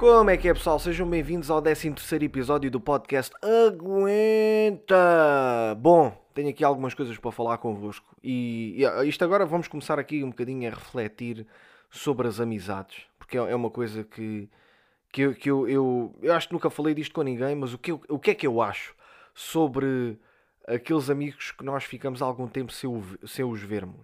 Como é que é, pessoal? Sejam bem-vindos ao 13º episódio do podcast Aguenta! Bom, tenho aqui algumas coisas para falar convosco e isto agora vamos começar aqui um bocadinho a refletir sobre as amizades, porque é uma coisa que eu acho que nunca falei disto com ninguém, mas o que é que eu acho sobre aqueles amigos que nós ficamos algum tempo sem os vermos?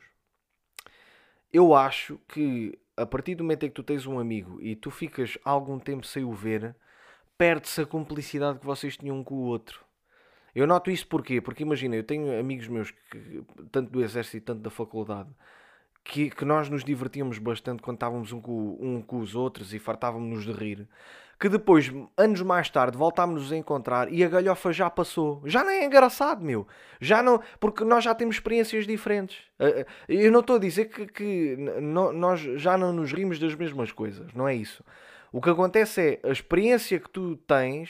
Eu acho que a partir do momento em que tu tens um amigo e tu ficas algum tempo sem o ver, perde-se a cumplicidade que vocês tinham um com o outro. Eu noto isso porquê? Porque imagina, eu tenho amigos meus, tanto do exército, tanto da faculdade, que nós nos divertíamos bastante quando estávamos um com os outros e fartávamos-nos de rir. Que depois, anos mais tarde, voltámos-nos a encontrar e a galhofa já passou. Já não é engraçado, meu. Já não, porque nós já temos experiências diferentes. Eu não estou a dizer que nós já não nos rimos das mesmas coisas. Não é isso. O que acontece é, a experiência que tu tens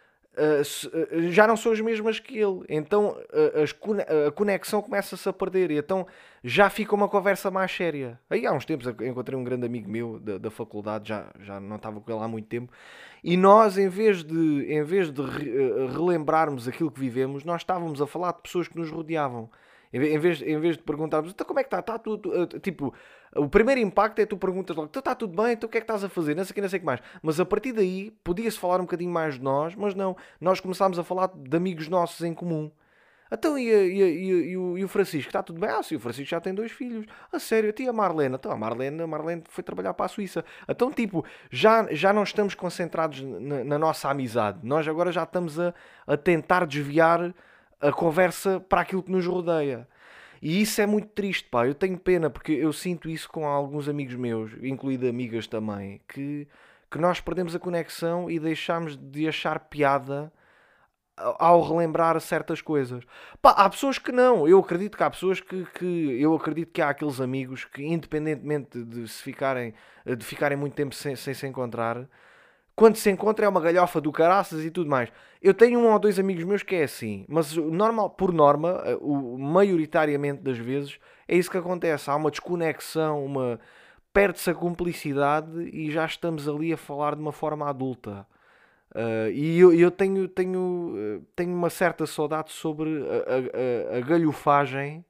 já não são as mesmas que ele. Então a conexão começa-se a perder. E então já fica uma conversa mais séria. Aí há uns tempos eu encontrei um grande amigo meu da faculdade, já não estava com ele há muito tempo. E nós, em vez de relembrarmos aquilo que vivemos, nós estávamos a falar de pessoas que nos rodeavam. Em vez de perguntarmos, então como é que está? Está tudo. Tipo, o primeiro impacto é tu perguntas logo, então está tudo bem, então o que é que estás a fazer? Não sei o que, não sei o que mais. Mas a partir daí, podia-se falar um bocadinho mais de nós, mas não. Nós começámos a falar de amigos nossos em comum. Então, e o Francisco? Está tudo bem? Ah, sim, o Francisco já tem 2 filhos. A sério, e a Marlena? Então, a Marlene foi trabalhar para a Suíça. Então, tipo, já não estamos concentrados na nossa amizade. Nós agora já estamos a tentar desviar a conversa para aquilo que nos rodeia. E isso é muito triste, pá. Eu tenho pena porque eu sinto isso com alguns amigos meus, incluindo amigas também, que nós perdemos a conexão e deixamos de achar piada ao relembrar certas coisas. Pá, há pessoas que não. Eu acredito que há pessoas eu acredito que há aqueles amigos que, independentemente de ficarem muito tempo sem se encontrar, quando se encontra é uma galhofa do caraças e tudo mais. Eu tenho um ou dois amigos meus que é assim, mas normal, por norma, maioritariamente das vezes, é isso que acontece. Há uma desconexão, perde-se a cumplicidade e já estamos ali a falar de uma forma adulta. E eu tenho uma certa saudade sobre a galhofagem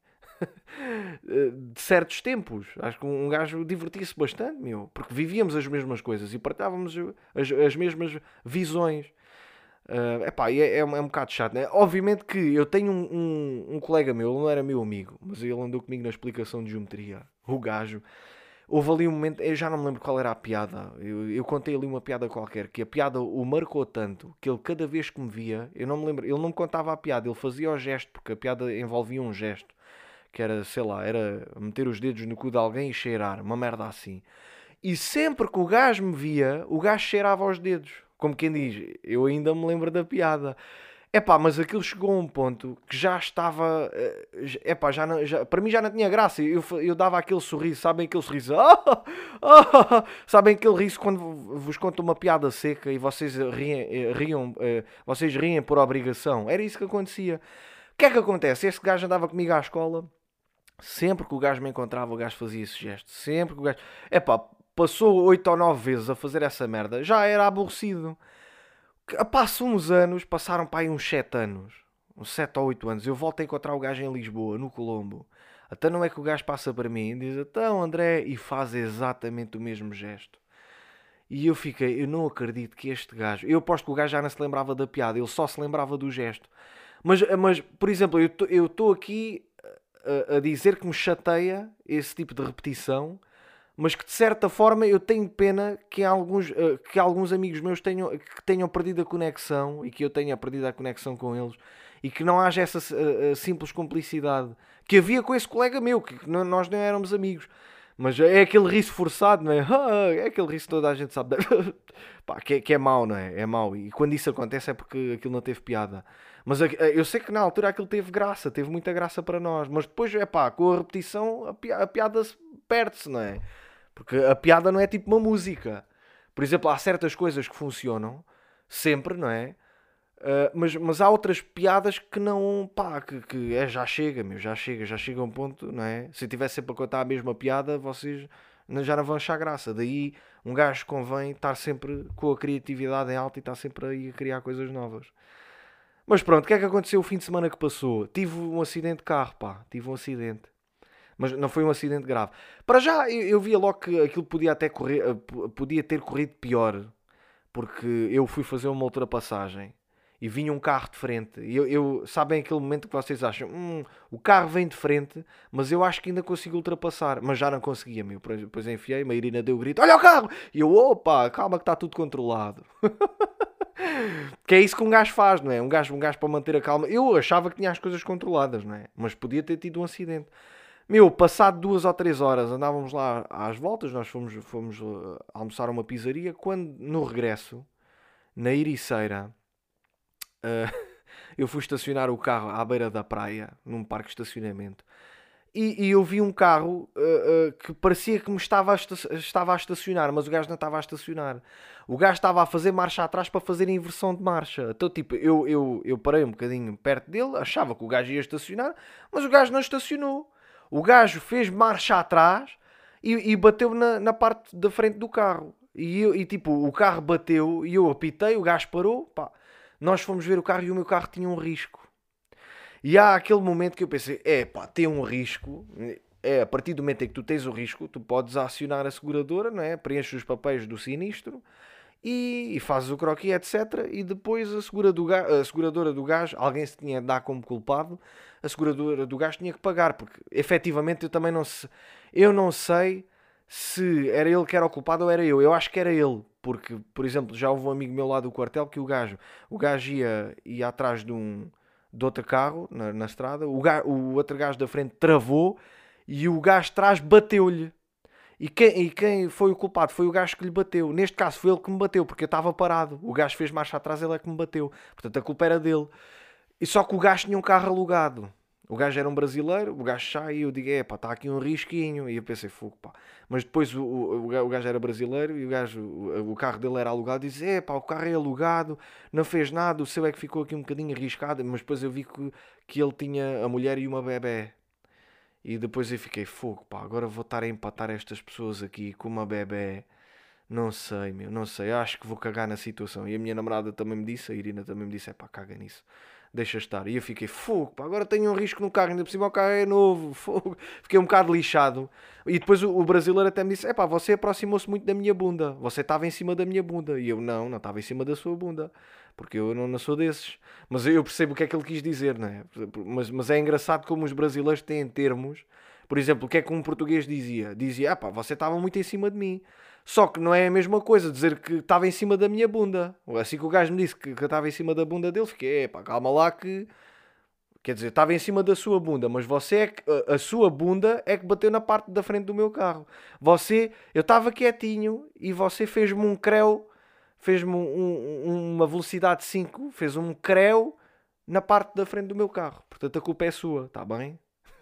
de certos tempos. Acho que um gajo divertia-se bastante, meu, porque vivíamos as mesmas coisas e partilhávamos as mesmas visões. Epá, é um bocado chato, né? Obviamente que eu tenho um colega meu, ele não era meu amigo, mas ele andou comigo na explicação de geometria. O gajo. Houve ali um momento, eu já não me lembro qual era a piada. Eu contei ali uma piada qualquer, que a piada o marcou tanto que ele cada vez que me via, eu não me lembro, ele não me contava a piada, ele fazia o gesto, porque a piada envolvia um gesto, que era, sei lá, era meter os dedos no cu de alguém e cheirar, uma merda assim. E sempre que o gajo me via, o gajo cheirava aos dedos. Como quem diz, eu ainda me lembro da piada. Epá, mas aquilo chegou a um ponto que já estava. Epá, para mim já não tinha graça. Eu dava aquele sorriso, sabem aquele sorriso? Sabem aquele riso quando vos conto uma piada seca e vocês vocês riem por obrigação. Era isso que acontecia. O que é que acontece? Este gajo andava comigo à escola. Sempre que o gajo me encontrava, o gajo fazia esse gesto. Sempre que o gajo. Epá, passou 8 ou 9 vezes a fazer essa merda. Já era aborrecido. Passam uns anos, passaram para aí uns 7 anos, uns 7 ou 8 anos, eu volto a encontrar o gajo em Lisboa, no Colombo. Até não é que o gajo passa para mim e diz, então André, e faz exatamente o mesmo gesto. E eu fiquei, eu não acredito que este gajo, eu aposto que o gajo já não se lembrava da piada, ele só se lembrava do gesto. Mas por exemplo, eu estou aqui a dizer que me chateia esse tipo de repetição, mas que de certa forma eu tenho pena que alguns amigos meus que tenham perdido a conexão e que eu tenha perdido a conexão com eles e que não haja essa simples cumplicidade que havia com esse colega meu, que nós não éramos amigos. Mas é aquele riso forçado, não é? É aquele riso que toda a gente sabe. Pá, que é mau, não é? É mau. E quando isso acontece é porque aquilo não teve piada. Mas eu sei que na altura aquilo teve graça, teve muita graça para nós. Mas depois, é pá, com a repetição a piada perde-se, não é? Porque a piada não é tipo uma música. Por exemplo, há certas coisas que funcionam sempre, não é? Mas há outras piadas que não, pá, já chega, meu, já chega a um ponto, não é? Se eu tivesse sempre a contar a mesma piada, vocês já não vão achar graça. Daí um gajo convém estar sempre com a criatividade em alta e estar sempre aí a criar coisas novas. Mas pronto, o que é que aconteceu o fim de semana que passou? Tive um acidente de carro, pá. Tive um acidente. Mas não foi um acidente grave. Para já, eu via logo que aquilo podia até correr, podia ter corrido pior. Porque eu fui fazer uma ultrapassagem e vinha um carro de frente. E sabem aquele momento que vocês acham, o carro vem de frente, mas eu acho que ainda consigo ultrapassar. Mas já não conseguia, meu. Depois enfiei, a Irina deu o grito, olha o carro! E eu, opa, calma que está tudo controlado. Que é isso que um gajo faz, não é? Um gajo para manter a calma. Eu achava que tinha as coisas controladas, não é? Mas podia ter tido um acidente. Meu, passado 2 ou 3 horas andávamos lá às voltas, nós fomos almoçar a uma pizzaria, quando no regresso, na Ericeira, eu fui estacionar o carro à beira da praia, num parque de estacionamento, e eu vi um carro que parecia que me estava a estacionar, mas o gajo não estava a estacionar. O gajo estava a fazer marcha atrás para fazer a inversão de marcha. Então, tipo, eu parei um bocadinho perto dele, achava que o gajo ia estacionar, mas o gajo não estacionou. O gajo fez marcha atrás e bateu na parte da frente do carro. Tipo, o carro bateu e eu apitei, o gajo parou, pá. Nós fomos ver o carro e o meu carro tinha um risco. E há aquele momento que eu pensei, pá, tem um risco. A partir do momento em que tu tens o risco, tu podes acionar a seguradora, não é? Preenches os papéis do sinistro e fazes o croquis, etc. E depois a seguradora do gajo, alguém se tinha de dar como culpado, a seguradora do gajo tinha que pagar, porque efetivamente eu não sei se era ele que era o culpado ou era eu. Eu acho que era ele, porque, por exemplo, já houve um amigo meu lá do quartel que o gajo ia atrás de outro carro na estrada, o outro gajo da frente travou e o gajo de trás bateu-lhe. E quem foi o culpado? Foi o gajo que lhe bateu. Neste caso foi ele que me bateu, porque eu estava parado. O gajo fez marcha atrás, ele é que me bateu. Portanto, a culpa era dele. E só que o gajo tinha um carro alugado. O gajo era um brasileiro, o gajo sai e eu digo, pá, está aqui um risquinho. E eu pensei, fogo, pá. Mas depois o gajo era brasileiro e o carro dele era alugado. E disse, pá, o carro é alugado, não fez nada, o seu é que ficou aqui um bocadinho arriscado. Mas depois eu vi que ele tinha a mulher e uma bebé. E depois eu fiquei, fogo, pá, agora vou estar a empatar estas pessoas aqui com uma bebé. Não sei, meu, não sei. Acho que vou cagar na situação. E a minha namorada também me disse, a Irina também me disse, pá, caga nisso. Deixa estar. E eu fiquei, fogo, pá, agora tenho um risco no carro, ainda por cima o carro é novo, fogo. Fiquei um bocado lixado. E depois o brasileiro até me disse, pá, você aproximou-se muito da minha bunda. Você estava em cima da minha bunda. E eu, não estava em cima da sua bunda. Porque eu não sou desses. Mas eu percebo o que é que ele quis dizer, não é? Mas é engraçado como os brasileiros têm termos. Por exemplo, o que é que um português dizia? Dizia, pá, você estava muito em cima de mim. Só que não é a mesma coisa dizer que estava em cima da minha bunda. Assim que o gajo me disse que eu estava em cima da bunda dele, fiquei, pá, calma lá que... Quer dizer, estava em cima da sua bunda, mas você é que... A sua bunda é que bateu na parte da frente do meu carro. Eu estava quietinho e você fez-me um creu, fez-me uma velocidade 5, fez um creu na parte da frente do meu carro. Portanto, a culpa é sua, está bem?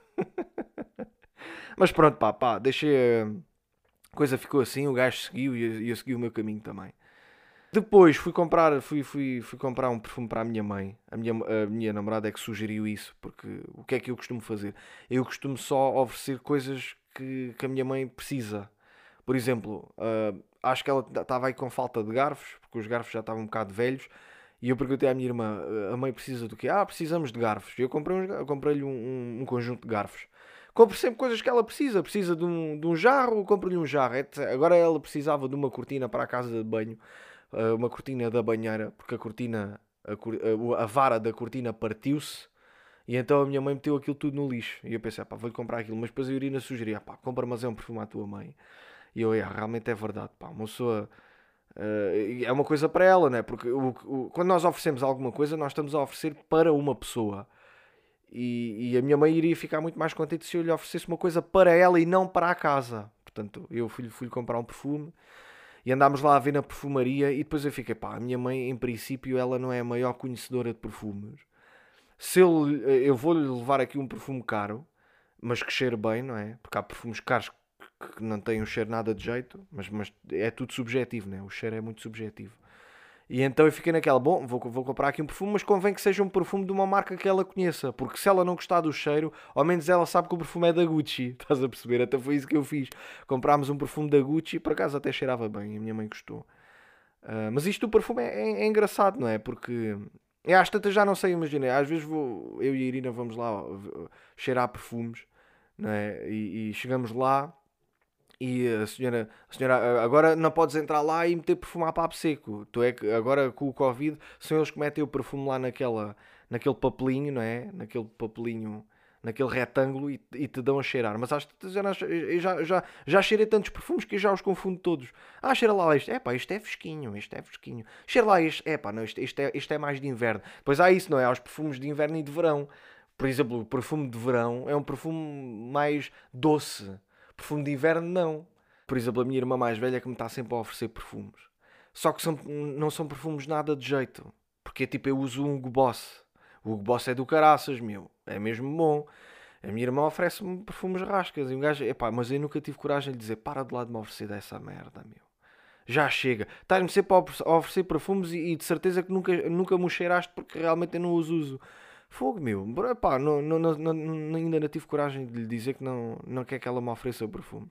Mas pronto, pá, deixei... A coisa ficou assim, o gajo seguiu e eu segui o meu caminho também. Depois fui comprar um perfume para a minha mãe. A minha namorada é que sugeriu isso, porque o que é que eu costumo fazer? Eu costumo só oferecer coisas que a minha mãe precisa. Por exemplo, acho que ela estava aí com falta de garfos, porque os garfos já estavam um bocado velhos, e eu perguntei à minha irmã, a mãe precisa do quê? Precisamos de garfos. Eu comprei-lhe um conjunto de garfos. Compro sempre coisas que ela precisa. Precisa de um jarro, compro-lhe um jarro. Agora ela precisava de uma cortina para a casa de banho, uma cortina da banheira, porque a cortina, a vara da cortina partiu-se. E então a minha mãe meteu aquilo tudo no lixo. E eu pensei, pá, vou-lhe comprar aquilo. Mas depois a Irina sugeria, pá, compra mas é um perfume à tua mãe. E eu, realmente é verdade, pá, uma pessoa... é uma coisa para ela, né? Porque quando nós oferecemos alguma coisa, nós estamos a oferecer para uma pessoa. E a minha mãe iria ficar muito mais contente se eu lhe oferecesse uma coisa para ela e não para a casa. Portanto, eu fui-lhe comprar um perfume e andámos lá a ver na perfumaria e depois eu fiquei, pá, a minha mãe, em princípio, ela não é a maior conhecedora de perfumes. Se eu vou-lhe levar aqui um perfume caro, mas que cheire bem, não é? Porque há perfumes caros que não têm um cheiro nada de jeito, mas é tudo subjetivo, né? O cheiro é muito subjetivo. E então eu fiquei naquela, bom, vou comprar aqui um perfume, mas convém que seja um perfume de uma marca que ela conheça, porque se ela não gostar do cheiro, ao menos ela sabe que o perfume é da Gucci, estás a perceber? Até foi isso que eu fiz. Comprámos um perfume da Gucci, por acaso até cheirava bem, a minha mãe gostou. Mas isto do perfume é engraçado, não é? Porque às tantas já não sei, imagina, às vezes eu e a Irina vamos lá cheirar perfumes, não é? E chegamos lá. E a senhora, agora não podes entrar lá e meter perfume a papo seco. Tu é que agora com o Covid são eles que metem o perfume lá naquele papelinho, não é? Naquele papelinho, naquele retângulo e te dão a cheirar. Mas às tantas eu já cheirei tantos perfumes que eu já os confundo todos. Cheira lá este. Epá, isto é fresquinho, isto é fresquinho. Cheira lá este. Epá, não, isto é mais de inverno. Pois há isso, não é? Há os perfumes de inverno e de verão. Por exemplo, o perfume de verão é um perfume mais doce. Perfume de inverno, não. Por exemplo, a minha irmã mais velha que me está sempre a oferecer perfumes. Só que não são perfumes nada de jeito. Porque tipo, eu uso um Hugo Boss. O Hugo Boss é do caraças, meu. É mesmo bom. A minha irmã oferece-me perfumes rascas. E um gajo, epá, mas eu nunca tive coragem de dizer, para de lá de me oferecer dessa merda, meu. Já chega. Estás-me sempre a oferecer perfumes e de certeza que nunca me cheiraste porque realmente eu não os uso. Fogo, meu. Epá, ainda não tive coragem de lhe dizer que não quer que ela me ofereça perfumes.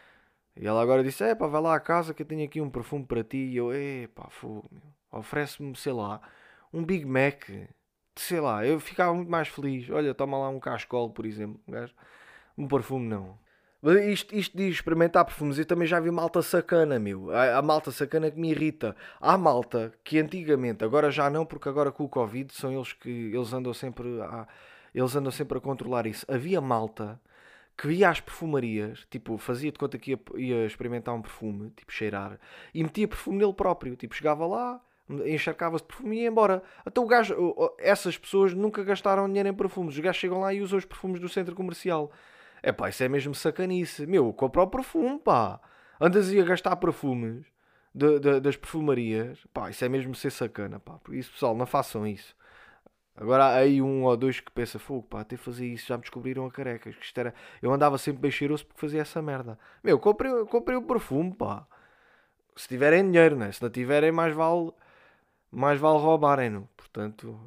E ela agora disse, pá, vai lá à casa que eu tenho aqui um perfume para ti. E eu, pá, fogo, meu. Oferece-me, sei lá, um Big Mac. Sei lá, eu ficava muito mais feliz. Olha, toma lá um cascol, por exemplo. Um perfume não. Mas isto de experimentar perfumes, eu também já vi malta sacana, meu. Há malta sacana que me irrita. Há malta que antigamente, agora já não, porque agora com o Covid são eles que eles andam sempre a controlar isso. Havia malta que ia às perfumarias, tipo, fazia de conta que ia experimentar um perfume, tipo, cheirar, e metia perfume nele próprio. Tipo, chegava lá, encharcava-se de perfume e ia embora. Então o gajo, essas pessoas nunca gastaram dinheiro em perfumes. Os gajos chegam lá e usam os perfumes do centro comercial. É pá, isso é mesmo sacanice. Meu, compra o perfume, pá. Andas aí a gastar perfumes das perfumarias. Pá, isso é mesmo ser sacana, pá. Por isso, pessoal, não façam isso. Agora há aí um ou dois que pensa, fogo, pá, até fazer isso, já me descobriram a carecas. Que isto era... Eu andava sempre bem cheiroso porque fazia essa merda. Meu, comprei o perfume, pá. Se tiverem dinheiro, né? Se não tiverem, mais vale roubarem-no. Portanto...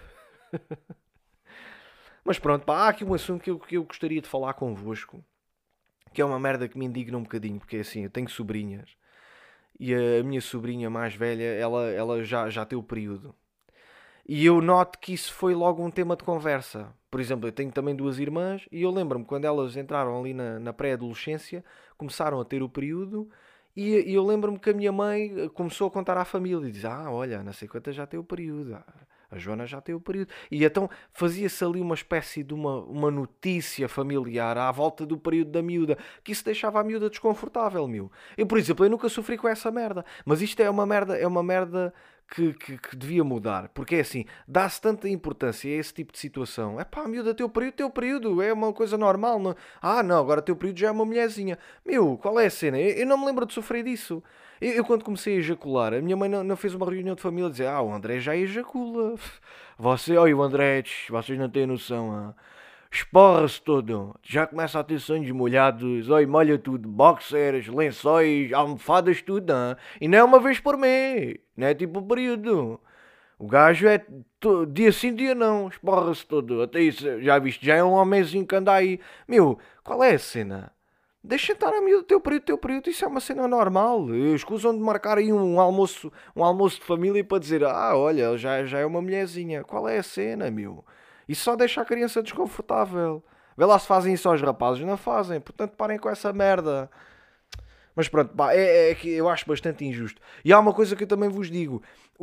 Mas pronto, pá, há aqui um assunto que eu gostaria de falar convosco. Que é uma merda que me indigna um bocadinho. Porque é assim, eu tenho sobrinhas. E a minha sobrinha mais velha, ela já tem o período. E eu noto que isso foi logo um tema de conversa. Por exemplo, eu tenho também duas irmãs e eu lembro-me quando elas entraram ali na pré-adolescência, começaram a ter o período e eu lembro-me que a minha mãe começou a contar à família e diz: olha, não sei quanta já tem o período. A Joana já tem o período. E então fazia-se ali uma espécie de uma notícia familiar à volta do período da miúda, que isso deixava a miúda desconfortável, meu. Eu, por exemplo, eu nunca sofri com essa merda. Mas isto é uma merda que devia mudar. Porque é assim, dá-se tanta importância a esse tipo de situação. É pá, miúda, teu período, é uma coisa normal. Não... não, agora teu período já é uma mulherzinha. Meu, qual é a cena? Eu não me lembro de sofrer disso. Eu quando comecei a ejacular, a minha mãe não fez uma reunião de família a dizer: o André já ejacula. Olha, o André, vocês não têm noção. Esporra-se todo. Já começa a ter sonhos molhados. Oi, molha tudo. Boxers, lençóis, almofadas, tudo. E não é uma vez por mês. Não é tipo um período. O gajo é dia sim, dia não. Esporra-se todo. Até isso, já viste, já é um homenzinho que anda aí. Meu, qual é a cena? Deixa estar a miúdo teu período, isso é uma cena normal. Escusam de marcar aí um almoço de família para dizer: olha, já é uma mulherzinha. Qual é a cena, meu? Isso só deixa a criança desconfortável. Vê lá se fazem isso aos rapazes, não fazem, portanto parem com essa merda. Mas pronto, pá, é que eu acho bastante injusto. E há uma coisa que eu também vos digo: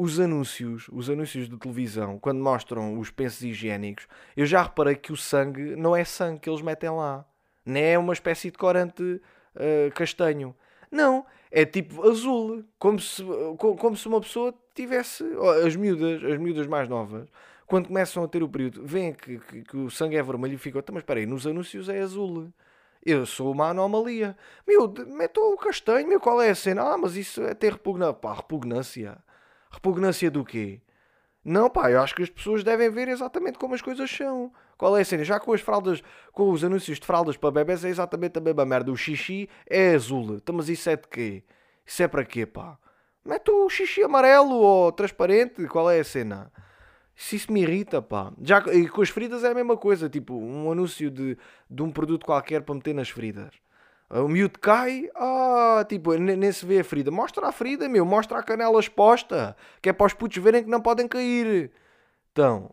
os anúncios de televisão, quando mostram os pensos higiênicos, eu já reparei que o sangue não é sangue que eles metem lá. Nem é uma espécie de corante castanho. Não, é tipo azul. Como se uma pessoa tivesse. As miúdas mais novas, quando começam a ter o período, veem que o sangue é vermelho e ficam: mas espera aí, nos anúncios é azul. Eu sou uma anomalia. Meu, metam o castanho, meu, qual é a cena? Mas isso é ter repugnância. Pá, repugnância. Repugnância do quê? Não, pá, eu acho que as pessoas devem ver exatamente como as coisas são. Qual é a cena? Já com as fraldas, com os anúncios de fraldas para bebés é exatamente a mesma merda. O xixi é azul. Então, mas isso é de quê? Isso é para quê, pá? Mete o xixi amarelo ou transparente, qual é a cena? Isso me irrita, pá. Já, e com as feridas é a mesma coisa, tipo, um anúncio de um produto qualquer para meter nas feridas. O miúdo cai, tipo, nem se vê a ferida. Mostra a ferida, meu, mostra a canela exposta, que é para os putos verem que não podem cair. Então,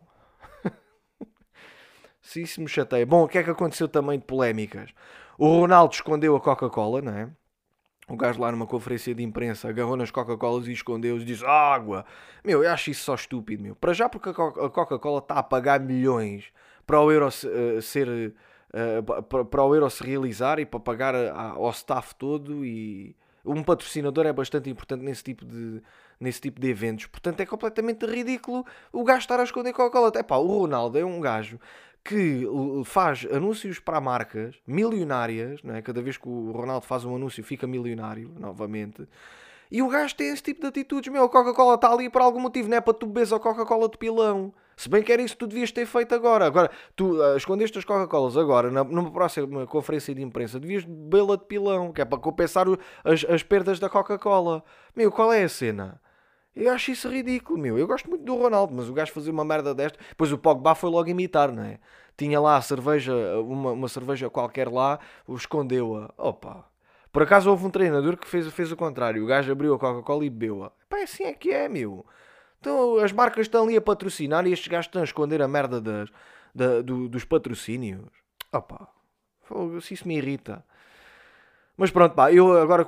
se isso me chateia. Bom, o que é que aconteceu também de polémicas? O Ronaldo escondeu a Coca-Cola, não é? O gajo lá numa conferência de imprensa agarrou nas Coca-Colas e escondeu-os e disse água. Meu, eu acho isso só estúpido, meu. Para já porque a Coca-Cola está a pagar milhões para o Euro ser... para o Euro se realizar e para pagar ao staff todo e... Um patrocinador é bastante importante nesse tipo de eventos. Portanto, é completamente ridículo o gajo estar a esconder Coca-Cola. Epá, o Ronaldo é um gajo que faz anúncios para marcas milionárias, não é? Cada vez que o Ronaldo faz um anúncio fica milionário, novamente. E o gajo tem esse tipo de atitudes. Meu, a Coca-Cola está ali por algum motivo, não é para tu beberes a Coca-Cola de pilão. Se bem que era isso que tu devias ter feito agora. Agora, tu escondeste as Coca-Colas agora, numa próxima conferência de imprensa, devias bebê-la de pilão, que é para compensar as perdas da Coca-Cola. Meu, qual é a cena? Eu acho isso ridículo, meu. Eu gosto muito do Ronaldo, mas o gajo fazer uma merda desta. Depois o Pogba foi logo imitar, não é? Tinha lá a cerveja, uma cerveja qualquer lá, escondeu-a. Opa. Por acaso houve um treinador que fez o contrário. O gajo abriu a Coca-Cola e bebeu-a. Pá, assim é que é, meu. Então as marcas estão ali a patrocinar e estes gajos estão a esconder a merda dos patrocínios. Opa. Se isso me irrita. Mas pronto, pá, eu agora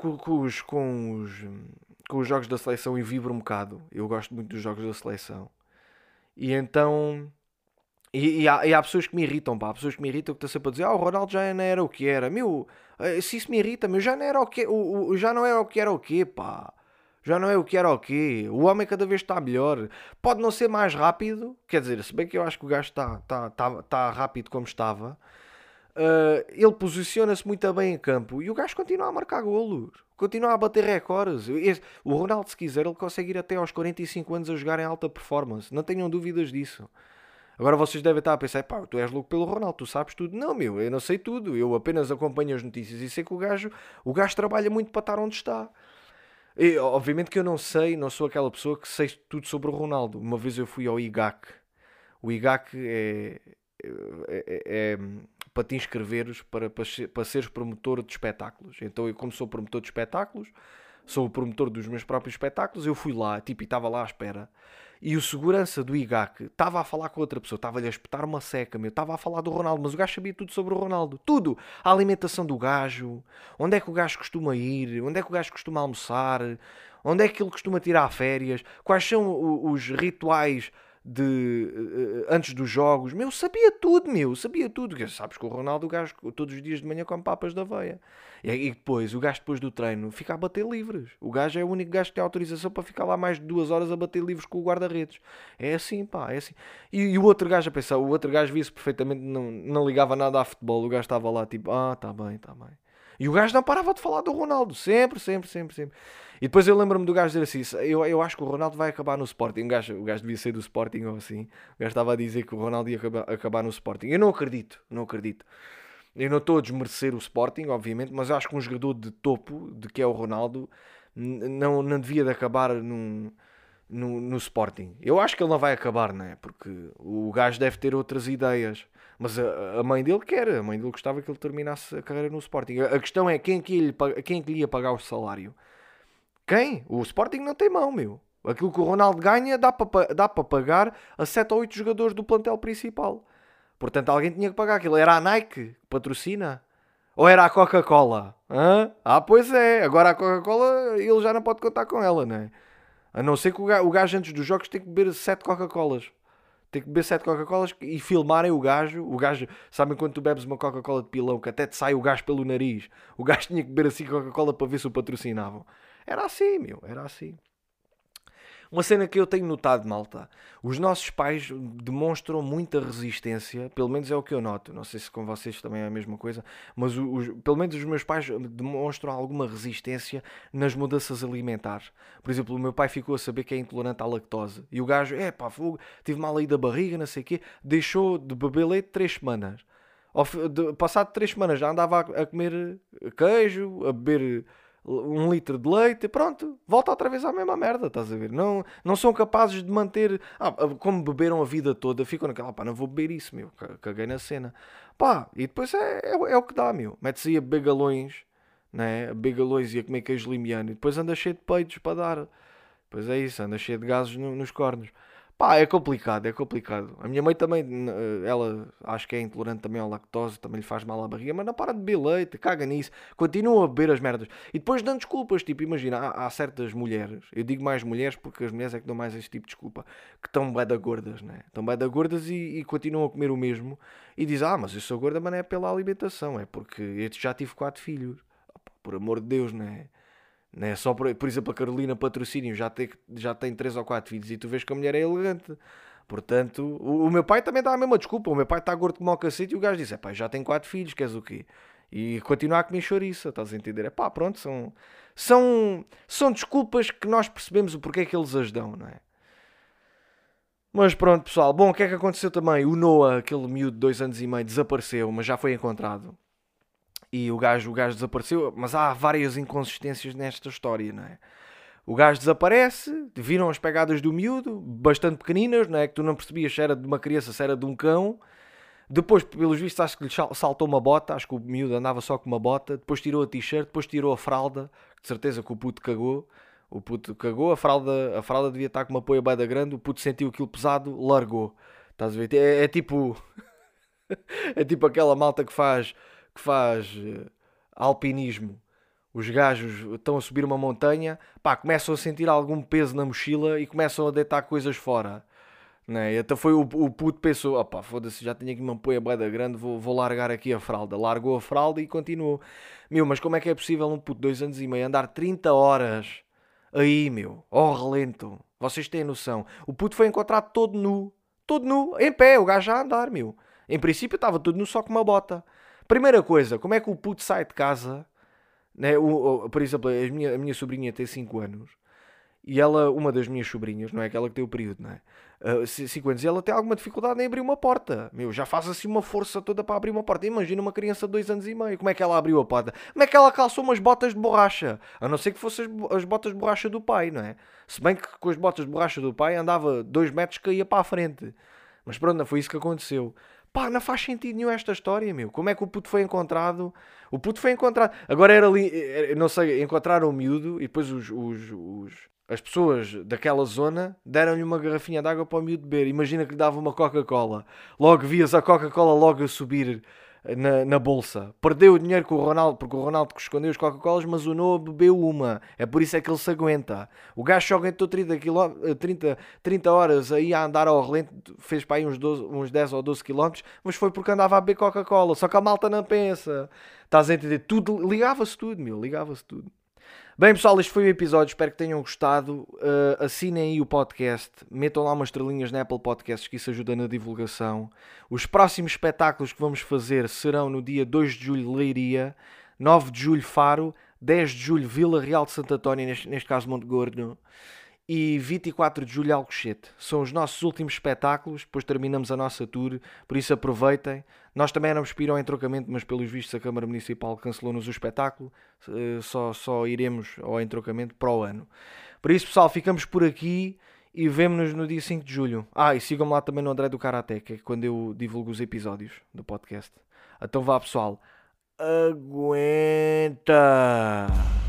com os jogos da seleção e vibro um bocado. Eu gosto muito dos jogos da seleção. E então. E há pessoas que me irritam, pá. Há pessoas que me irritam que estão sempre a dizer: o Ronaldo já não era o que era. Meu, se isso me irrita, meu, já não era o que. Já não era o que era o quê, pá. Já não é o que era o quê. O homem cada vez está melhor. Pode não ser mais rápido. Quer dizer, se bem que eu acho que o gajo está rápido como estava. Ele posiciona-se muito bem em campo e o gajo continua a marcar golos, continua a bater recordes. O Ronaldo, se quiser, ele consegue ir até aos 45 anos a jogar em alta performance, não tenham dúvidas disso. Agora vocês devem estar a pensar: pá, tu és louco pelo Ronaldo, tu sabes tudo. Não, meu, eu não sei tudo, eu apenas acompanho as notícias e sei que o gajo trabalha muito para estar onde está. E, obviamente que eu não sei, não sou aquela pessoa que sei tudo sobre o Ronaldo. Uma vez eu fui ao IGAC. O IGAC é para te inscreveres para seres promotor de espetáculos. Então, eu, como sou promotor de espetáculos, sou o promotor dos meus próprios espetáculos, eu fui lá, tipo, e estava lá à espera. E o segurança do IGAC estava a falar com outra pessoa, estava-lhe a espetar uma seca, meu, estava a falar do Ronaldo, mas o gajo sabia tudo sobre o Ronaldo. Tudo! A alimentação do gajo, onde é que o gajo costuma ir, onde é que o gajo costuma almoçar, onde é que ele costuma tirar férias, quais são os rituais antes dos jogos. Meu, sabia tudo, meu, sabia tudo. Sabes que o Ronaldo, o gajo todos os dias de manhã come papas da aveia. E depois, o gajo depois do treino fica a bater livres. O gajo é o único gajo que tem autorização para ficar lá mais de 2 horas a bater livres com o guarda-redes. É assim, pá, é assim. E o outro gajo a pensar, o outro gajo via-se perfeitamente, não ligava nada a futebol. O gajo estava lá tipo, tá bem, tá bem. E o gajo não parava de falar do Ronaldo, sempre, sempre, sempre, sempre. E depois eu lembro-me do gajo dizer assim: eu acho que o Ronaldo vai acabar no Sporting. O gajo devia ser do Sporting ou assim. O gajo estava a dizer que o Ronaldo ia acabar no Sporting. Eu não acredito, não acredito. Eu não estou a desmerecer o Sporting, obviamente, mas eu acho que um jogador de topo, de que é o Ronaldo, não devia de acabar no Sporting. Eu acho que ele não vai acabar, não é? Porque o gajo deve ter outras ideias. Mas a mãe dele quer, a mãe dele gostava que ele terminasse a carreira no Sporting. A questão é quem é que lhe ia pagar o salário? Quem? O Sporting não tem mão, meu. Aquilo que o Ronaldo ganha dá para pagar a 7 ou 8 jogadores do plantel principal. Portanto, alguém tinha que pagar aquilo. Era a Nike que patrocina? Ou era a Coca-Cola? Hã? Pois é. Agora a Coca-Cola ele já não pode contar com ela, não é? A não ser que o gajo antes dos jogos tem que beber 7 Coca-Colas. Tem que beber 7 Coca-Colas e filmarem o gajo. O gajo, sabem quando tu bebes uma Coca-Cola de pilão que até te sai o gajo pelo nariz? O gajo tinha que beber assim Coca-Cola para ver se o patrocinavam. Era assim, meu, era assim. Uma cena que eu tenho notado, malta. Os nossos pais demonstram muita resistência, pelo menos é o que eu noto. Não sei se com vocês também é a mesma coisa, mas pelo menos os meus pais demonstram alguma resistência nas mudanças alimentares. Por exemplo, o meu pai ficou a saber que é intolerante à lactose. E o gajo, pá, fogo, tive mal aí da barriga, não sei o quê, deixou de beber leite 3 semanas. Passado 3 semanas já andava a comer queijo, a beber um litro de leite, pronto, volta outra vez à mesma merda, estás a ver? Não são capazes de manter, como beberam a vida toda, ficam naquela, pá, não vou beber isso, meu, caguei na cena. Pá, e depois é o que dá, meu, mete-se aí a beber galões, né? A beber galões e a comer queijo limiano, e depois anda cheio de peitos para dar. Pois é isso, anda cheio de gases nos cornos. Pá, é complicado, é complicado. A minha mãe também, ela acho que é intolerante também à lactose, também lhe faz mal à barriga, mas não para de beber leite, caga nisso, continua a beber as merdas. E depois dão desculpas, tipo, imagina, há certas mulheres, eu digo mais mulheres porque as mulheres é que dão mais esse tipo de desculpa, que estão bué da gordas, né? Estão bué da gordas e continuam a comer o mesmo e dizem, mas eu sou gorda, mas não é pela alimentação, é porque eu já tive 4 filhos. Opa, por amor de Deus, né? Né? Só por exemplo, a Carolina Patrocínio já tem 3 ou 4 filhos e tu vês que a mulher é elegante. Portanto, o meu pai também dá a mesma desculpa. O meu pai está gordo como o cacete e o gajo diz: pá, já tem 4 filhos, queres o quê? E continuar a comer chouriça, estás a entender? É pá, pronto, são desculpas que nós percebemos o porquê que eles as dão, não é? Mas pronto, pessoal. Bom, o que é que aconteceu também? O Noah, aquele miúdo de 2 anos e meio, desapareceu, mas já foi encontrado. E o gajo desapareceu, mas há várias inconsistências nesta história, não é? O gajo desaparece, viram as pegadas do miúdo, bastante pequeninas, não é? Que tu não percebias se era de uma criança, se era de um cão. Depois, pelos vistos, acho que lhe saltou uma bota, acho que o miúdo andava só com uma bota. Depois tirou a t-shirt, depois tirou a fralda, de certeza que o puto cagou. O puto cagou, a fralda devia estar com uma poia bada grande, o puto sentiu aquilo pesado, largou. Estás a ver? É tipo. É tipo aquela malta que faz alpinismo. Os gajos estão a subir uma montanha, pá, começam a sentir algum peso na mochila e começam a deitar coisas fora. Né? E até foi o puto pensou, opá, foda-se, já tenho aqui uma poia bué da grande, vou largar aqui a fralda. Largou a fralda e continuou. Meu, mas como é que é possível um puto de 2 anos e meio andar 30 horas aí, meu? Ao relento. Vocês têm noção. O puto foi encontrado todo nu, em pé, o gajo já a andar, meu. Em princípio estava tudo nu só com uma bota. Primeira coisa, como é que o puto sai de casa, né? Por exemplo, a minha sobrinha tem 5 anos e ela, uma das minhas sobrinhas, não é aquela que tem o período, não é? 5 anos, e ela tem alguma dificuldade em abrir uma porta. Meu, já faz assim uma força toda para abrir uma porta. Imagina uma criança de 2 anos e meio, como é que ela abriu a porta? Como é que ela calçou umas botas de borracha? A não ser que fossem as botas de borracha do pai, não é? Se bem que com as botas de borracha do pai andava 2 metros que ia para a frente. Mas pronto, não foi isso que aconteceu. Pá, não faz sentido nenhum esta história, meu. Como é que o puto foi encontrado? O puto foi encontrado. Agora era ali, não sei, encontraram o miúdo e depois as pessoas daquela zona deram-lhe uma garrafinha de água para o miúdo beber. Imagina que lhe dava uma Coca-Cola. Logo vias a Coca-Cola logo a subir na bolsa. Perdeu o dinheiro com o Ronaldo, porque o Ronaldo escondeu as Coca-Colas, mas o Noah bebeu uma. É por isso é que ele se aguenta. O gajo só aguentou 30 horas aí a andar ao relento, fez para aí uns 10 ou 12 quilómetros, mas foi porque andava a beber Coca-Cola. Só que a malta não pensa. Estás a entender? Tudo, ligava-se tudo, meu. Ligava-se tudo. Bem, pessoal, este foi o episódio. Espero que tenham gostado. Assinem aí o podcast. Metam lá umas estrelinhas na Apple Podcasts, que isso ajuda na divulgação. Os próximos espetáculos que vamos fazer serão no dia 2 de julho, Leiria, 9 de julho, Faro, 10 de julho, Vila Real de Santo António, neste caso Monte Gordo, e 24 de julho, Alcochete. São os nossos últimos espetáculos, depois terminamos a nossa tour, por isso aproveitem. Nós também éramos para ir ao entrocamento, mas pelos vistos a Câmara Municipal cancelou-nos o espetáculo. Só iremos ao entrocamento para o ano. Por isso, pessoal, ficamos por aqui e vemo-nos no dia 5 de julho. E sigam-me lá também no André do Karaté, que é quando eu divulgo os episódios do podcast. Então vá, pessoal. Aguenta!